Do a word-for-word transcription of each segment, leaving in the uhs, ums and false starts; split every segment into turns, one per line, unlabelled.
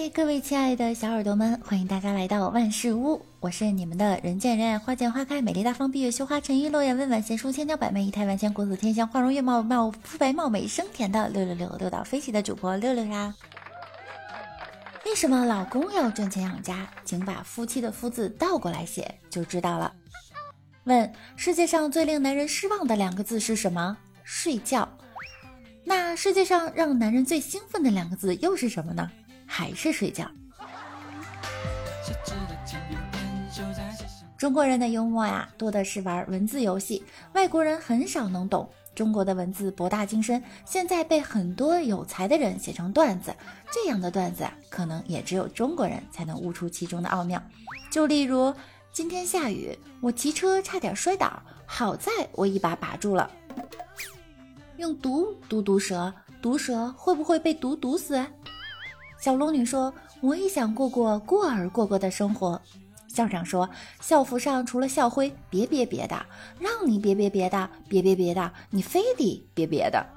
嗨，各位亲爱的小耳朵们，欢迎大家来到万事屋，我是你们的人见人爱花见花开美丽大方闭月羞花沉鱼落雁温婉贤淑千娇百媚仪态万千国色天香花容月貌貌肤白貌美声甜的六六六六到飞起的主播六六呀。为什么老公要赚钱养家？请把夫妻的夫字倒过来写就知道了。问：世界上最令男人失望的两个字是什么？睡觉。那世界上让男人最兴奋的两个字又是什么呢？还是睡觉。中国人的幽默呀，多的是玩文字游戏，外国人很少能懂。中国的文字博大精深，现在被很多有才的人写成段子，这样的段子可能也只有中国人才能悟出其中的奥妙。就例如，今天下雨，我骑车差点摔倒，好在我一把把住了。用毒毒毒蛇，毒蛇会不会被毒毒死？小龙女说，我也想过过过儿过过的生活。校长说，校服上除了校徽别别别的，让你别别别的，别别别的，你非得别别的。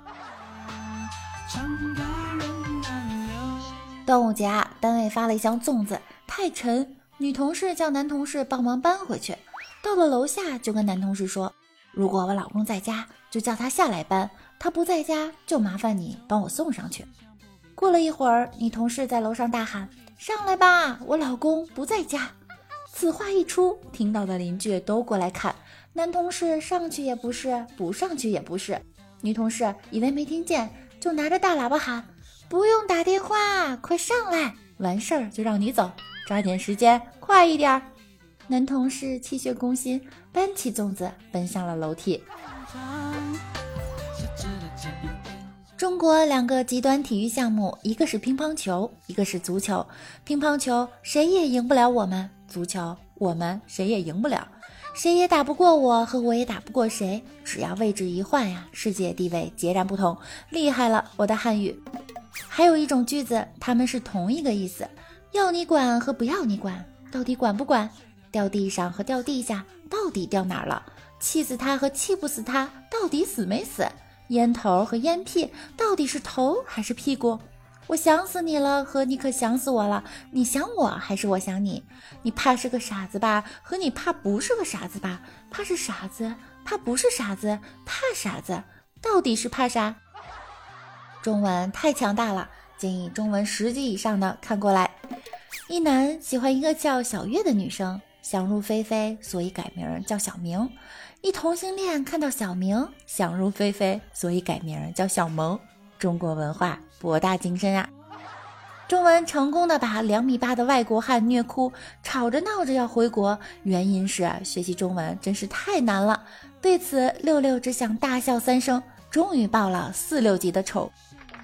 端午节啊，单位发了一箱粽子，太沉，女同事叫男同事帮忙搬回去。到了楼下就跟男同事说，如果我老公在家就叫他下来搬，他不在家就麻烦你帮我送上去。过了一会儿，女同事在楼上大喊，上来吧，我老公不在家。此话一出，听到的邻居都过来看，男同事上去也不是，不上去也不是。女同事以为没听见，就拿着大喇叭喊，不用打电话，快上来，完事儿就让你走，抓紧时间，快一点。男同事气血攻心，搬起粽子奔向了楼梯。中国两个极端体育项目，一个是乒乓球，一个是足球。乒乓球谁也赢不了我们，足球我们谁也赢不了，谁也打不过我，和我也打不过谁，只要位置一换呀，世界地位截然不同。厉害了我的汉语。还有一种句子，它们是同一个意思，要你管和不要你管，到底管不管？掉地上和掉地下，到底掉哪儿了？气死他和气不死他，到底死没死？烟头和烟屁，到底是头还是屁股？我想死你了和你可想死我了，你想我还是我想你？你怕是个傻子吧，和你怕不是个傻子吧？怕是傻子，怕不是傻子，怕傻子，到底是怕啥？中文太强大了，建议中文十级以上的看过来。一男喜欢一个叫小月的女生，想入非非，所以改名叫小明。一同性恋看到小明，想入非非，所以改名叫小萌。中国文化博大精深啊！中文成功的把两米八的外国汉虐哭，吵着闹着要回国，原因是学习中文真是太难了。对此，六六只想大笑三声，终于报了四六级的仇。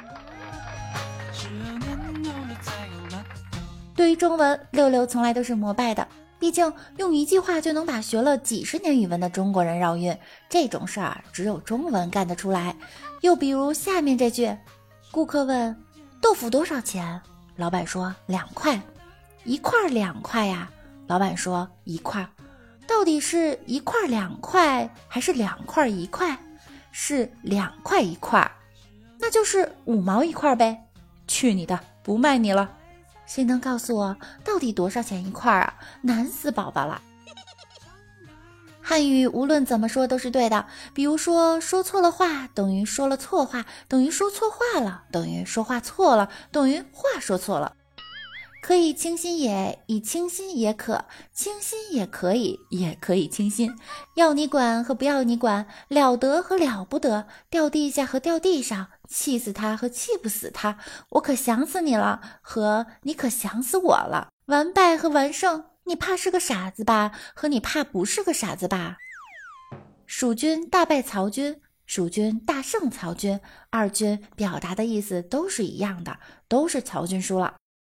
对于中文，六六从来都是膜拜的。毕竟用一句话就能把学了几十年语文的中国人绕晕，这种事儿只有中文干得出来。又比如下面这句，顾客问豆腐多少钱，老板说两块。一块两块呀，老板说一块。到底是一块两块还是两块一块？是两块一块，那就是五毛一块呗。去你的，不卖你了。谁能告诉我到底多少钱一块啊？难死宝宝了。汉语无论怎么说都是对的，比如说说错了话等于说了错话，等于说错话了，等于说话错了，等于话说错了。可以清心也，以清心也可，清心也可以，也可以清心。要你管和不要你管，了得和了不得，掉地下和掉地上，气死他和气不死他，我可想死你了和你可想死我了，完败和完胜，你怕是个傻子吧和你怕不是个傻子吧。蜀军大败曹军，蜀军大胜曹军，二军表达的意思都是一样的，都是曹军输了。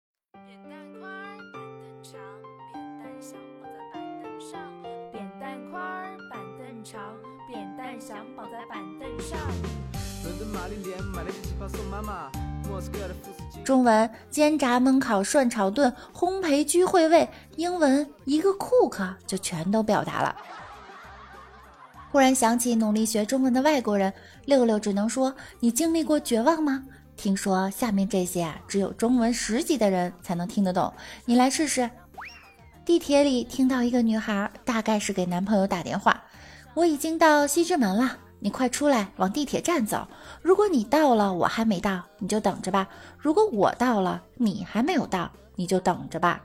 中文煎炸焖烤涮炒炖烘焙居会味，英文一个 cook 就全都表达了。忽然想起努力学中文的外国人，六六只能说，你经历过绝望吗？ 听说下面这些啊，只有中文十级的人才能听得懂，你来试试。地铁里听到一个女孩，大概是给男朋友打电话，我已经到西直门了，你快出来往地铁站走，如果你到了我还没到，你就等着吧，如果我到了你还没有到，你就等着吧。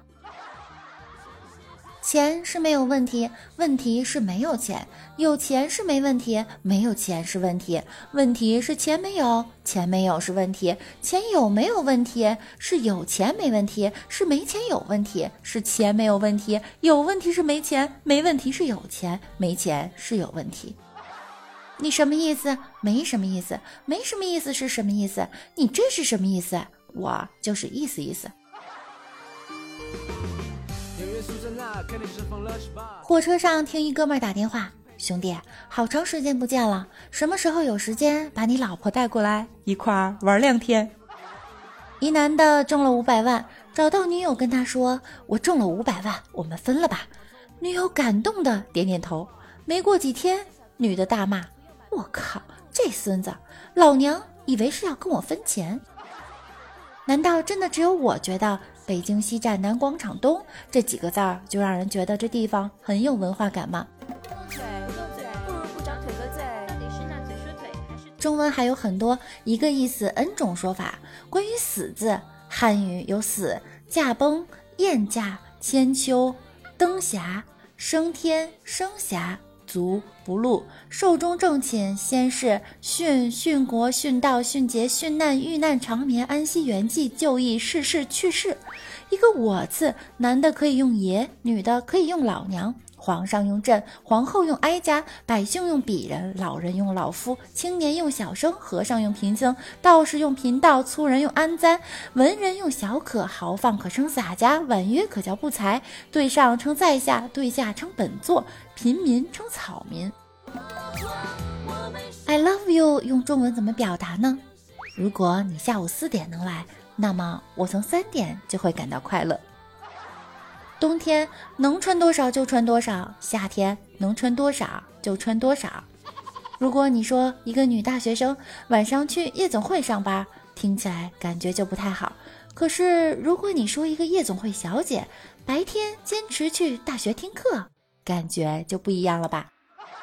钱是没有问题，问题是没有钱，有钱是没问题，没有钱是问题，问题是钱没有，钱没有是问题，钱有没有问题，是有钱没问题，是没钱有问题，是钱没有问题，有问题是没钱，没问题是有钱，没钱是有问题。你什么意思？没什么意思。没什么意思是什么意思？你这是什么意思？我就是意思意思。火车上听一哥们儿打电话，兄弟，好长时间不见了，什么时候有时间把你老婆带过来一块儿玩两天？一男的中了五百万，找到女友跟他说，我中了五百万，我们分了吧。女友感动的点点头。没过几天，女的大骂，我靠，这孙子，老娘以为是要跟我分钱。难道真的只有我觉得北京西站南广场东这几个字儿就让人觉得这地方很有文化感吗？中文还有很多一个意思 N 种说法。关于死字，汉语有死、驾崩、燕驾、千秋、登霞、升天、升霞、卒、不禄、寿终正寝、仙逝、殉、殉国、殉道、殉节、殉难、遇难、长眠、安息、圆寂、就义、逝世、去世。一个我字，男的可以用爷，女的可以用老娘，皇上用朕，皇后用哀家，百姓用鄙人，老人用老夫，青年用小生，和尚用贫僧，道士用贫道，粗人用安簪，文人用小可，豪放可称洒家，婉约可叫不才，对上称在下，对下称本座，平民称草民。I love you 用中文怎么表达呢？如果你下午四点能来，那么我从三点就会感到快乐。冬天能穿多少就穿多少，夏天能穿多少就穿多少。如果你说一个女大学生晚上去夜总会上班，听起来感觉就不太好。可是如果你说一个夜总会小姐白天坚持去大学听课，感觉就不一样了吧。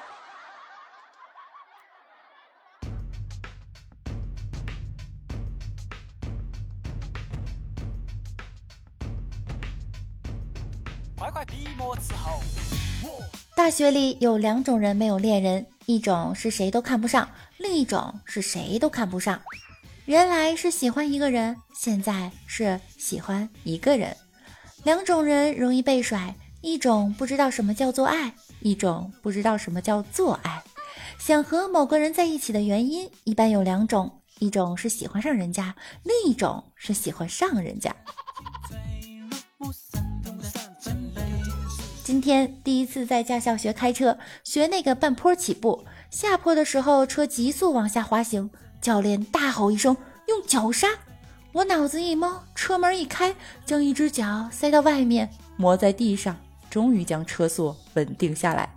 大学里有两种人没有恋人，一种是谁都看不上，另一种是谁都看不上。原来是喜欢一个人，现在是喜欢一个人。两种人容易被甩，一种不知道什么叫做爱，一种不知道什么叫做爱。想和某个人在一起的原因一般有两种，一种是喜欢上人家，另一种是喜欢上人家。今天第一次在驾校学开车，学那个半坡起步，下坡的时候车急速往下滑行，教练大吼一声，用脚刹。我脑子一懵，车门一开，将一只脚塞到外面，磨在地上，终于将车速稳定下来。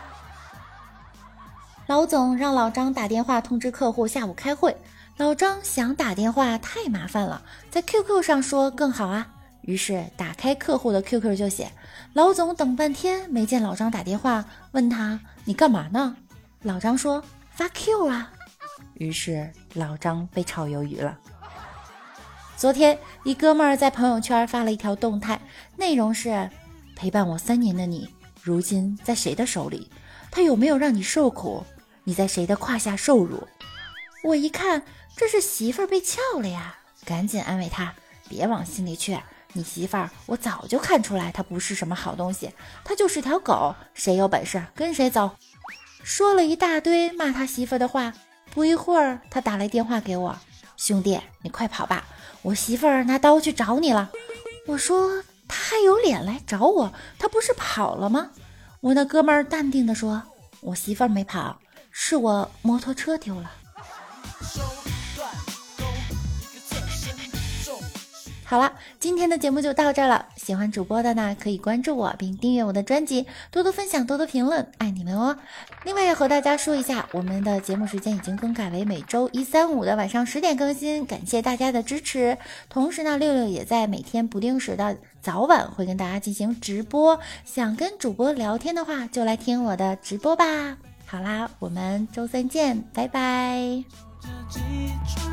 老总让老张打电话通知客户下午开会，老张想打电话太麻烦了，在 Q Q 上说更好啊，于是打开客户的 Q Q 就写，老总等半天没见老张打电话，问他你干嘛呢？老张说发 Q 啊，于是老张被炒鱿鱼了。昨天一哥们儿在朋友圈发了一条动态，内容是陪伴我三年的你，如今在谁的手里？他有没有让你受苦？你在谁的胯下受辱？我一看这是媳妇儿被撬了呀，赶紧安慰他，别往心里去，你媳妇儿我早就看出来她不是什么好东西，她就是条狗，谁有本事跟谁走。说了一大堆骂他媳妇儿的话，不一会儿他打来电话给我，兄弟你快跑吧，我媳妇儿拿刀去找你了。我说他还有脸来找我，他不是跑了吗？我那哥们儿淡定地说，我媳妇儿没跑，是我摩托车丢了。 好了，今天的节目就到这儿了。喜欢主播的呢，可以关注我并订阅我的专辑，多多分享，多多评论，爱你们哦。另外要和大家说一下，我们的节目时间已经更改为每周一、三、五的晚上十点更新，感谢大家的支持。同时呢，六六也在每天不定时的早晚会跟大家进行直播，想跟主播聊天的话，就来听我的直播吧。好啦，我们周三见，拜拜。